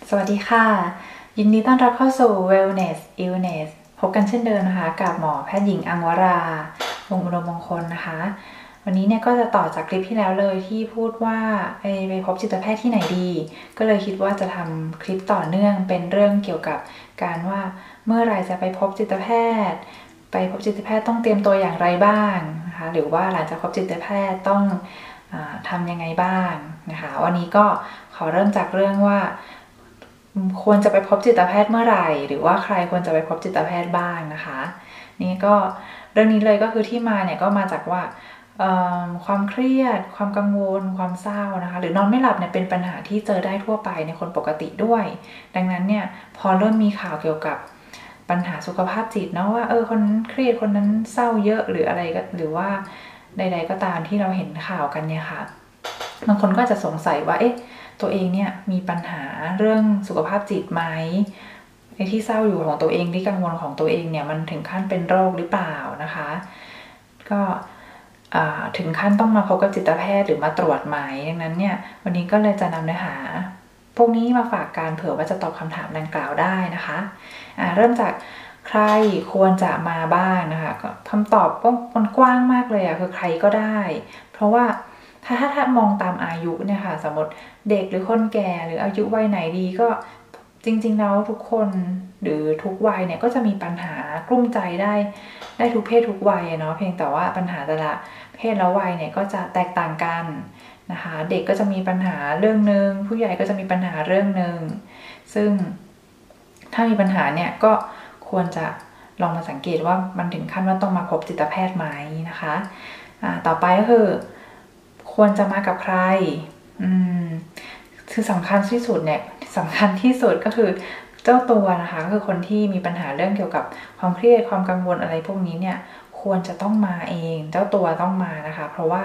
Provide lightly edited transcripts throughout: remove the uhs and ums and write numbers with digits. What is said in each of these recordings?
สวัสดีค่ะยินดีต้อนรับเข้าสู่ Wellness Illness พบกันเช่นเดิมนะคะกับหมอแพทย์หญิงอังวราวงศ์อุดมมงคลนะคะวันนี้เนี่ยก็จะต่อจากคลิปที่แล้วเลยที่พูดว่าไปพบจิตแพทย์ที่ไหนดีก็เลยคิดว่าจะทำคลิปต่อเนื่องเป็นเรื่องเกี่ยวกับการว่าเมื่อไหร่จะไปพบจิตแพทย์ต้องเตรียมตัวอย่างไรบ้างนะคะหรือว่าหลังจากพบจิตแพทย์ต้องทำยังไงบ้างนะคะวันนี้ก็ขอเริ่มจากเรื่องว่าควรจะไปพบจิตแพทย์เมื่อไหร่หรือว่าใครควรจะไปพบจิตแพทย์บ้างนะคะนี่ก็เรื่องนี้เลยก็คือที่มาเนี่ยก็มาจากว่าความเครียดความกังวลความเศร้านะคะหรือนอนไม่หลับเนี่ยเป็นปัญหาที่เจอได้ทั่วไปในคนปกติด้วยดังนั้นเนี่ยพอเริ่มมีข่าวเกี่ยวกับปัญหาสุขภาพจิตเนาะว่าคนนั้นเครียดคนนั้นเศร้าเยอะหรืออะไรก็หรือว่าใดๆก็ตามที่เราเห็นข่าวกันเนี่ยค่ะบางคนก็จะสงสัยว่าตัวเองเนี่ยมีปัญหาเรื่องสุขภาพจิตไหมที่เศร้าอยู่ของตัวเองที่กังวลของตัวเองเนี่ยมันถึงขั้นเป็นโรคหรือเปล่านะคะก็ถึงขั้นต้องมาพบกับจิตแพทย์หรือมาตรวจไหมดังนั้นเนี่ยวันนี้ก็เลยจะนำเนื้อหาพวกนี้มาฝากการเผื่อว่าจะตอบคำถามดังกล่าวได้นะคะเริ่มจากใครควรจะมาบ้างนะคะคำตอบก็มันกว้างมากเลยคือใครก็ได้เพราะว่าถ้ามองตามอายุเนี่ยค่ะสมมติเด็กหรือคนแก่หรืออายุวัยไหนดีก็จริงๆแล้วทุกคนหรือทุกวัยเนี่ยก็จะมีปัญหากลุ้มใจได้ทุกเพศทุกวัยเนาะเพียงแต่ว่าปัญหาแต่ละเพศและวัยเนี่ยก็จะแตกต่างกันนะคะเด็กก็จะมีปัญหาเรื่องนึงผู้ใหญ่ก็จะมีปัญหาเรื่องนึงซึ่งถ้ามีปัญหาเนี่ยก็ควรจะลองมาสังเกตว่ามันถึงขั้นว่าต้องมาพบจิตแพทย์ไหมนะคะต่อไปก็คือควรจะมากับใครคือสำคัญที่สุดก็คือเจ้าตัวนะคะก็คือคนที่มีปัญหาเรื่องเกี่ยวกับความเครียดความกังวลอะไรพวกนี้เนี่ยควรจะต้องมาเองเจ้าตัวต้องมานะคะเพราะว่า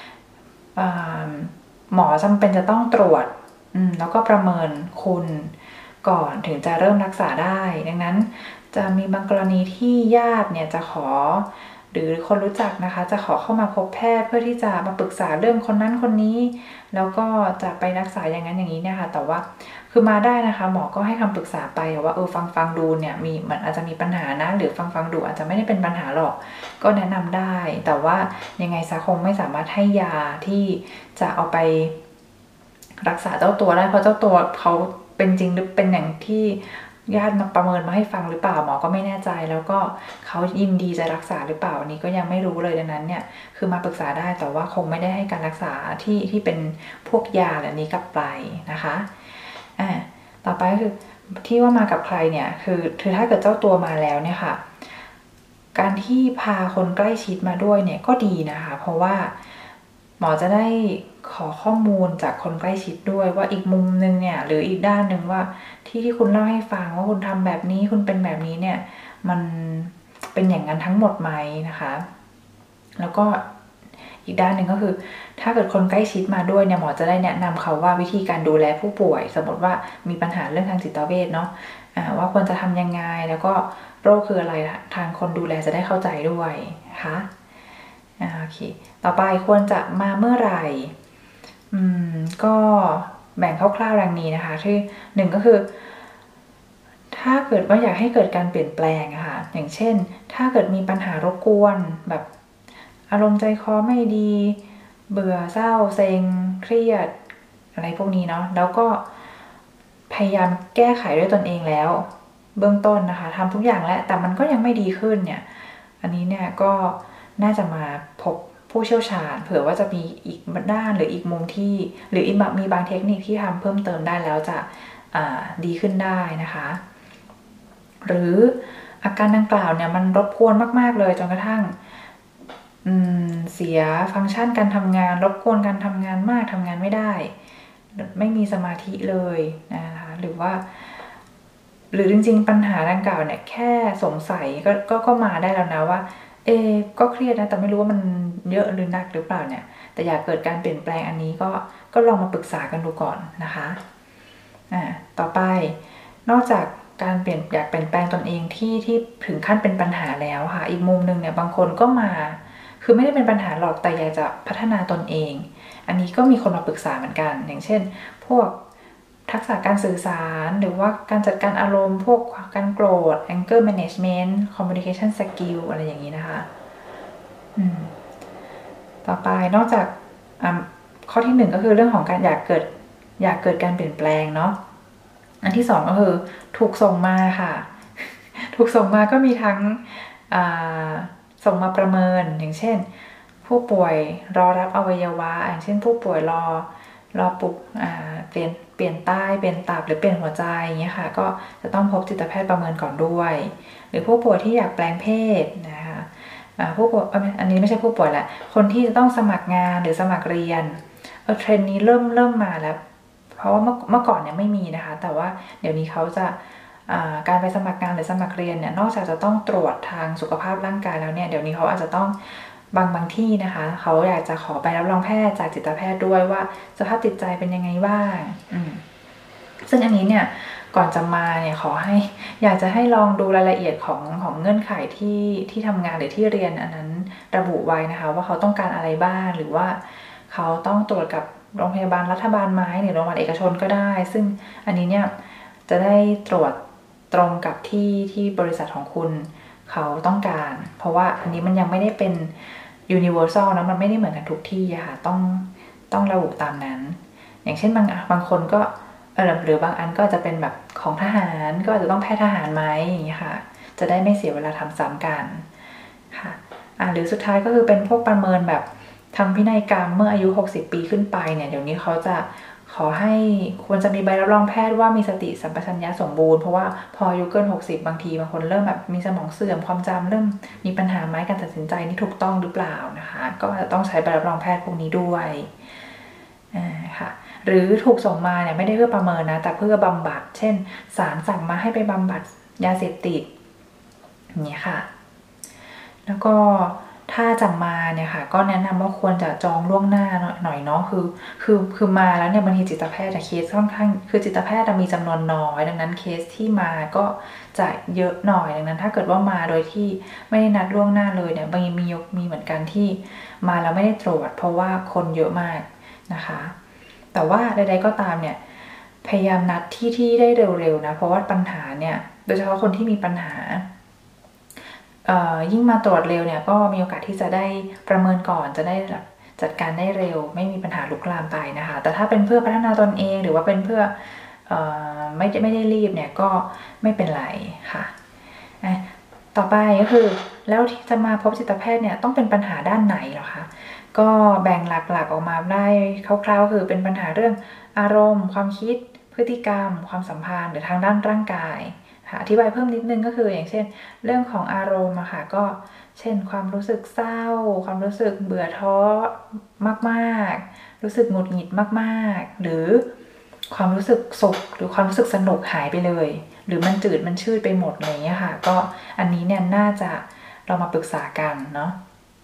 หมอจำเป็นจะต้องตรวจแล้วก็ประเมินคุณก่อนถึงจะเริ่มรักษาได้ดังนั้นจะมีบางกรณีที่ญาติเนี่ยจะขอหรือคนรู้จักนะคะจะขอเข้ามาพบแพทย์เพื่อที่จะมาปรึกษาเรื่องคนนั้นคนนี้แล้วก็จะไปรักษาอย่างนั้นอย่างนี้เนี่ยค่ะแต่ว่าคือมาได้นะคะหมอก็ให้คำปรึกษาไปว่าฟังดูเนี่ยมันอาจจะมีปัญหานะหรือฟังดูอาจจะไม่ได้เป็นปัญหาหรอกก็แนะนำได้แต่ว่ายังไงซะคงไม่สามารถให้ยาที่จะเอาไปรักษาเจ้าตัวได้เพราะเจ้าตัวเขาเป็นจริงหรือเป็นอย่างที่ญาติมาประเมินมาให้ฟังหรือเปล่าหมอก็ไม่แน่ใจแล้วก็เขายินดีจะรักษาหรือเปล่าอันนี้ก็ยังไม่รู้เลยดังนั้นเนี่ยคือมาปรึกษาได้แต่ว่าคงไม่ได้ให้การรักษาที่เป็นพวกยาเหล่านี้กลับไปนะคะต่อไปก็คือที่ว่ามากับใครเนี่ยคือถ้าเกิดเจ้าตัวมาแล้วเนี่ยค่ะการที่พาคนใกล้ชิดมาด้วยเนี่ยก็ดีนะคะเพราะว่าหมอจะได้ขอข้อมูลจากคนใกล้ชิดด้วยว่าอีกมุมนึงเนี่ยหรืออีกด้านหนึ่งว่าที่คุณเล่าให้ฟังว่าคุณทำแบบนี้คุณเป็นแบบนี้เนี่ยมันเป็นอย่างนั้นทั้งหมดไหมนะคะแล้วก็อีกด้านหนึ่งก็คือถ้าเกิดคนใกล้ชิดมาด้วยเนี่ยหมอจะได้แนะนำเขาว่าวิธีการดูแลผู้ป่วยสมมติว่ามีปัญหาเรื่องทางจิตเวชเนาะว่าควรจะทำยังไงแล้วก็โรคคืออะไรทางคนดูแลจะได้เข้าใจด้วยนะคะโอเคต่อไปควรจะมาเมื่อไหร่ก็แบ่งคร่าวๆดังนี้นะคะที่หนึ่งก็คือถ้าเกิดว่าอยากให้เกิดการเปลี่ยนแปลงค่ะอย่างเช่นถ้าเกิดมีปัญหารบกวนแบบอารมณ์ใจคอไม่ดีเบื่อเศร้าเซ็งเครียดอะไรพวกนี้เนาะแล้วก็พยายามแก้ไขด้วยตนเองแล้วเบื้องต้นนะคะทำทุกอย่างแล้วแต่มันก็ยังไม่ดีขึ้นเนี่ยอันนี้เนี่ยก็น่าจะมาพบผู้เชี่ยวชาญเผื่อว่าจะมีอีกด้านหรืออีกมุมที่หรือมีบางเทคนิคที่ทำเพิ่มเติมได้แล้วจะดีขึ้นได้นะคะหรืออาการดังกล่าวเนี่ยมันรบกวนมากๆเลยจนกระทั่งเสียฟังก์ชันการทำงานรบกวนการทำงานมากทำงานไม่ได้ไม่มีสมาธิเลยนะคะหรือจริงๆปัญหาดังกล่าวเนี่ยแค่สงสัยก็มาได้แล้วนะว่าก็เครียดนะแต่ไม่รู้ว่ามันเยอะหรือหนักหรือเปล่าเนี่ยแต่อยากเกิดการเปลี่ยนแปลงอันนี้ก็ลองมาปรึกษากันดูก่อนนะคะต่อไปนอกจากการอยากเปลี่ยนแปลงตนเองที่ถึงขั้นเป็นปัญหาแล้วค่ะอีกมุมนึงเนี่ยบางคนก็มาคือไม่ได้เป็นปัญหาหรอกแต่อยากจะพัฒนาตนเองอันนี้ก็มีคนมาปรึกษาเหมือนกันอย่างเช่นพวกททักษะการสื่อสารหรือว่าการจัดการอารมณ์พวกการโกรธ anger management communication skill อะไรอย่างนี้นะคะต่อไปนอกจากข้อที่1ก็คือเรื่องของการอยากเกิดการเปลี่ยนแปลงเนาะอันที่2ก็คือถูกส่งมาค่ะถูกส่งมาก็มีทั้งส่งมาประเมินอย่างเช่นผู้ป่วยรอรับอวัยวะอย่างเช่นผู้ป่วยรอปุบเปลี่ยนไตเปลี่ยนตับหรือเปลี่ยนหัวใจอย่างเงี้ยค่ะก็จะต้องพบจิตแพทย์ประเมินก่อนด้วยหรือผู้ป่วยที่อยากแปลงเพศนะคะผู้ป่วยอันนี้ไม่ใช่ผู้ป่วยแหละคนที่จะต้องสมัครงานหรือสมัครเรียนเทรนด์นี้เริ่มมาแล้วเพราะว่าเมื่อก่อนเนี่ยไม่มีนะคะแต่ว่าเดี๋ยวนี้เขาจะการไปสมัครงานหรือสมัครเรียนเนี่ยนอกจากจะต้องตรวจทางสุขภาพร่างกายแล้วเนี่ยเดี๋ยวนี้เขาอาจจะต้องบางที่นะคะเขาอยากจะขอใบรับรองแพทย์จากจิตแพทย์ด้วยว่าสภาพจิตใจเป็นยังไงบ้างซึ่งอันนี้เนี่ยก่อนจะมาเนี่ยอยากจะให้ลองดูรายละเอียดของเงื่อนไขที่ทำงานหรือที่เรียนอันนั้นระบุไว้นะคะว่าเขาต้องการอะไรบ้างหรือว่าเขาต้องตรวจกับโรงพยาบาลรัฐบาลไหมหรือโรงพยาบาลเอกชนก็ได้ซึ่งอันนี้เนี่ยจะได้ตรวจตรงกับที่บริษัทของคุณเขาต้องการเพราะว่าอันนี้มันยังไม่ได้เป็น universal นะมันไม่ได้เหมือนกันทุกที่อะค่ะต้องระบุตามนั้นอย่างเช่นบางคนก็หรือบางอันก็จะเป็นแบบของทหารก็อาจจะต้องแพทย์ทหารไหมอย่างนี้ค่ะจะได้ไม่เสียเวลาทำซ้ำกันค่ะหรือสุดท้ายก็คือเป็นพวกประเมินแบบทำพินัยกรรมเมื่ออายุ60 ปีขึ้นไปเนี่ยเดี๋ยวนี้เขาจะขอให้ควรจะมีใบรับรองแพทย์ว่ามีสติสัมปชัญญะสมบูรณ์เพราะว่าพออายุเกิน60บางทีบางคนเริ่มแบบมีสมองเสื่อมความจำเริ่มมีปัญหาไหมการตัดสินใจนี่ถูกต้องหรือเปล่านะคะก็จะต้องใช้ใบรับรองแพทย์พวกนี้ด้วยค่ะหรือถูกส่งมาเนี่ยไม่ได้เพื่อประเมินนะแต่เพื่อบำบัดเช่นศาลสั่งมาให้ไปบำบัดยาเสพติดอย่างนี้ค่ะแล้วก็ถ้าจะมาเนี่ยค่ะก็แนะนำว่าควรจะจองล่วงหน้าหน่อยเนาะคือมาแล้วเนี่ยบางทีจิตแพทย์เคสค่อนข้างคือจิตแพทย์มีจำนวนน้อยดังนั้นเคสที่มาก็จะเยอะหน่อยดังนั้นถ้าเกิดว่ามาโดยที่ไม่ได้นัดล่วงหน้าเลยเนี่ยบางทีมีเหมือนกันที่มาแล้วไม่ได้ตรวจเพราะว่าคนเยอะมากนะคะแต่ว่าใดๆก็ตามเนี่ยพยายามนัดที่ได้เร็วๆนะเพราะว่าปัญหาเนี่ยโดยเฉพาะคนที่มีปัญหายิ่งมาตรวจเร็วเนี่ยก็มีโอกาสที่จะได้ประเมินก่อนจะได้จัดการได้เร็วไม่มีปัญหาลุกลามไปนะคะแต่ถ้าเป็นเพื่อพัฒนาตนเองหรือว่าเป็นเพื่อไม่ได้รีบเนี่ยก็ไม่เป็นไรค่ะต่อไปก็คือแล้วที่จะมาพบจิตแพทย์เนี่ยต้องเป็นปัญหาด้านไหนหรอคะก็แบ่งหลักๆออกมาได้คร่าวๆคือเป็นปัญหาเรื่องอารมณ์ความคิดพฤติกรรมความสัมพันธ์หรือทางด้านร่างกายอธิบายเพิ่มนิดนึงก็คืออย่างเช่นเรื่องของอารมณ์อะค่ะก็เช่นความรู้สึกเศร้าความรู้สึกเบื่อท้อมากๆรู้สึกหงุดหงิดมากๆหรือความรู้สึกสุขหรือความรู้สึกสนุกหายไปเลยหรือมันจืดมันชืดไปหมดอะไรอย่างเงี้ยค่ะก็อันนี้เนี่ยน่าจะเรามาปรึกษากันเนาะ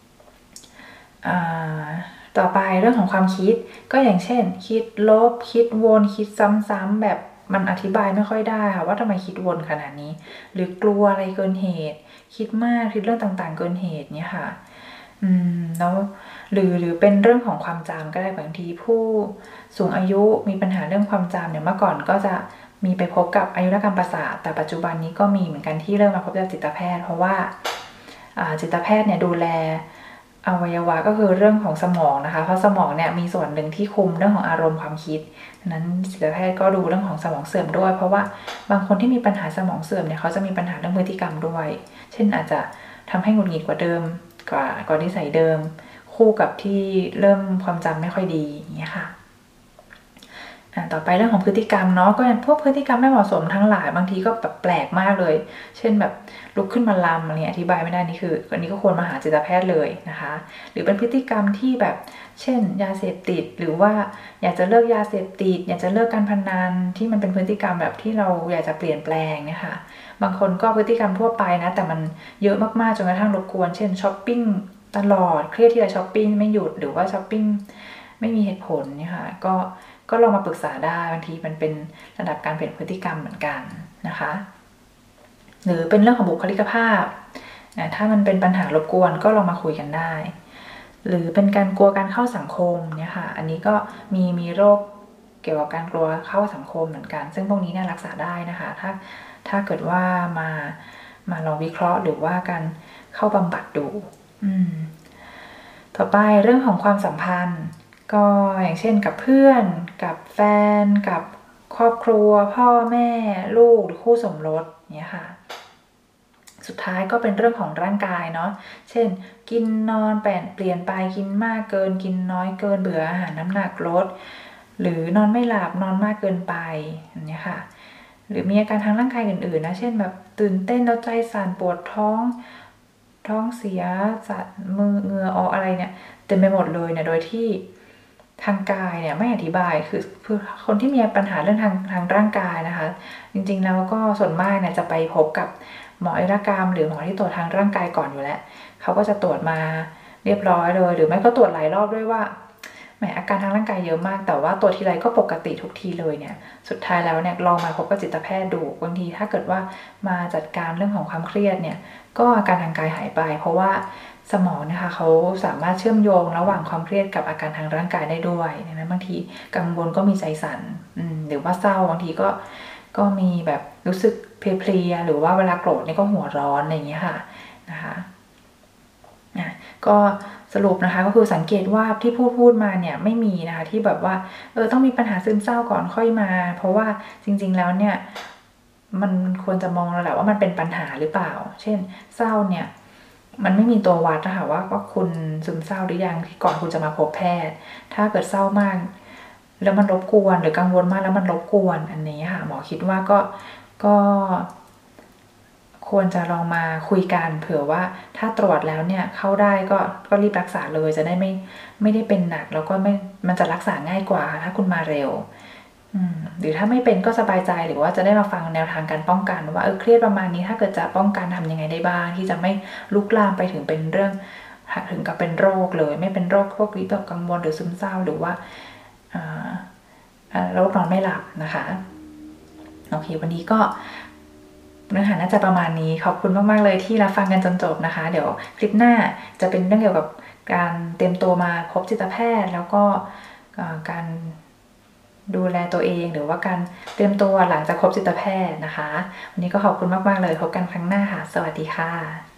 ต่อไปเรื่องของความคิดก็อย่างเช่นคิดลบคิดวนคิดซ้ำๆแบบมันอธิบายไม่ค่อยได้ค่ะว่าทำไมคิดวนขนาดนี้หรือกลัวอะไรเกินเหตุคิดมากคิดเรื่องต่างๆเกินเหตุเนี่ยค่ะแล้วหรือเป็นเรื่องของความจำก็ได้บางทีผู้สูงอายุมีปัญหาเรื่องความจำเนี่ยเมื่อก่อนก็จะมีไปพบกับอายุรกรรมประสาทแต่ปัจจุบันนี้ก็มีเหมือนกันที่เริ่มมาพบกับจิตแพทย์เพราะว่าจิตแพทย์เนี่ยดูแลอวัยวะก็คือเรื่องของสมองนะคะเพราะสมองเนี่ยมีส่วนหนึ่งที่คุมเรื่องของอารมณ์ความคิดนั้นจิตแพทย์ก็ดูเรื่องของสมองเสื่อมด้วยเพราะว่าบางคนที่มีปัญหาสมองเสื่อมเนี่ยเขาจะมีปัญหาเรื่องพฤติกรรมด้วยเช่นอาจจะทำให้หงุดหงิดกว่าเดิมกว่านิสัยเดิมคู่กับที่เริ่มความจำไม่ค่อยดีอย่างเงี้ยค่ะต่อไปเรื่องของพฤติกรรมเนาะก็อย่างพวกพฤติกรรมไม่เหมาะสมทั้งหลายบางทีก็แบบแปลกมากเลยเช่นแบบลุกขึ้นมาลำอะไรอธิบายไม่ได้นี่คืออันนี้ก็ควรมาหาจิตแพทย์เลยนะคะหรือเป็นพฤติกรรมที่แบบเช่นยาเสพติดหรือว่าอยากจะเลิกยาเสพติดอยากจะเลิกการพนันที่มันเป็นพฤติกรรมแบบที่เราอยากจะเปลี่ยนแปลงนะคะบางคนก็พฤติกรรมทั่วไปนะแต่มันเยอะมากๆจนกระทั่งรบกวนเช่นช้อปปิ้งตลอดเครียดที่จะช้อปปิ้งไม่หยุดหรือว่าช้อปปิ้งไม่มีเหตุผลเนี่ยค่ะก็ลองมาปรึกษาได้บางทีมันเป็นระดับการเปลี่ยนพฤติกรรมเหมือนกันนะคะหรือเป็นเรื่องของบุคลิกภาพถ้ามันเป็นปัญหารบกวนก็ลองมาคุยกันได้หรือเป็นการกลัวการเข้าสังคมเนี่ยค่ะอันนี้ก็มีโรคเกี่ยวกับการกลัวเข้าสังคมเหมือนกัน ซึ่งพวกนี้เนี่ยรักษาได้นะคะถ้าเกิดว่ามาลองวิเคราะห์หรือว่าการเข้าบำบัดดูต่อไปเรื่องของความสัมพันธ์ก็อย่างเช่นกับเพื่อนกับแฟนกับครอบครัวพ่อแม่ลูกหรือคู่สมรสเนี่ยค่ะสุดท้ายก็เป็นเรื่องของร่างกายเนาะเช่นกินนอนเปลี่ยนไปกินมากเกินกินน้อยเกินเบื่ออาหารน้ำหนักลดหรือนอนไม่หลับนอนมากเกินไปอย่างนี้ค่ะหรือมีอาการทางร่างกายอื่นๆนะเช่นแบบตื่นเต้นแล้วใจสั่นปวดท้องเสียสั่นมือเหงื่อออกอะไรเนี่ยเต็มไปหมดเลยเนี่ยโดยที่ทางกายเนี่ยไม่อธิบายคือคนที่มีปัญหาเรื่องทางร่างกายนะคะจริงๆแล้วก็ส่วนมากเนี่ยจะไปพบกับหมออายุรกรรมหรือหมอที่ตรวจทางร่างกายก่อนอยู่แล้วเขาก็จะตรวจมาเรียบร้อยเลยหรือไม่ก็ตรวจหลายรอบด้วยว่าแหมอาการทางร่างกายเยอะมากแต่ว่าตรวจทีไรก็ปกติทุกทีเลยเนี่ยสุดท้ายแล้วเนี่ยลองมาพบกับจิตแพทย์ดูบางทีถ้าเกิดว่ามาจัดการเรื่องของความเครียดเนี่ยก็อาการทางกายหายไปเพราะว่าสมองนะคะเขาสามารถเชื่อมโยงระหว่างความเครียดกับอาการทางร่างกายได้ด้วยดังนั้นบางทีกังวลก็มีใจสั่นหรือว่าเศร้าบางทีก็มีแบบรู้สึกเพลียหรือว่าเวลาโกรธนี่ก็หัวร้อนอะไรอย่างเงี้ยค่ะนะคะก็สรุปนะคะก็คือสังเกตว่าที่พูดมาเนี่ยไม่มีนะคะที่แบบว่าต้องมีปัญหาซึมเศร้าก่อนค่อยมาเพราะว่าจริงๆแล้วเนี่ยมันควรจะมองแล้วแหละว่ามันเป็นปัญหาหรือเปล่าเช่นเศร้าเนี่ยมันไม่มีตัววัดนะคะว่าคุณซึมเศร้าหรือยังก่อนคุณจะมาพบแพทย์ถ้าเกิดเศร้ามากแล้วมันรบกวนหรือกังวลมากแล้วมันรบกวนอันนี้ค่ะหมอคิดว่าก็ควรจะลองมาคุยกันเผื่อว่าถ้าตรวจแล้วเนี่ยเข้าได้ก็รีบรักษาเลยจะได้ไม่ได้เป็นหนักแล้วก็มันจะรักษาง่ายกว่าถ้าคุณมาเร็วหรือถ้าไม่เป็นก็สบายใจหรือว่าจะได้มาฟังแนวทางการป้องกันว่าเครียดประมาณนี้ถ้าเกิดจะป้องกันทำยังไงได้บ้างที่จะไม่ลุกลามไปถึงเป็นเรื่องถึงกับเป็นโรคเลยไม่เป็นโรคพวกวิตกกังวลหรือซึมเศร้าหรือว่าโรคนอนไม่หลับนะคะโอเควันนี้ก็เนื้อหาน่าจะประมาณนี้ขอบคุณมากๆเลยที่รับฟังกันจนจบนะคะเดี๋ยวคลิปหน้าจะเป็นเรื่องเกี่ยวกับการเตรียมตัวมาพบจิตแพทย์แล้วก็การดูแลตัวเองหรือว่าการเตรียมตัวหลังจากพบจิตแพทย์นะคะวันนี้ก็ขอบคุณมากๆเลยพบกันครั้งหน้าค่ะสวัสดีค่ะ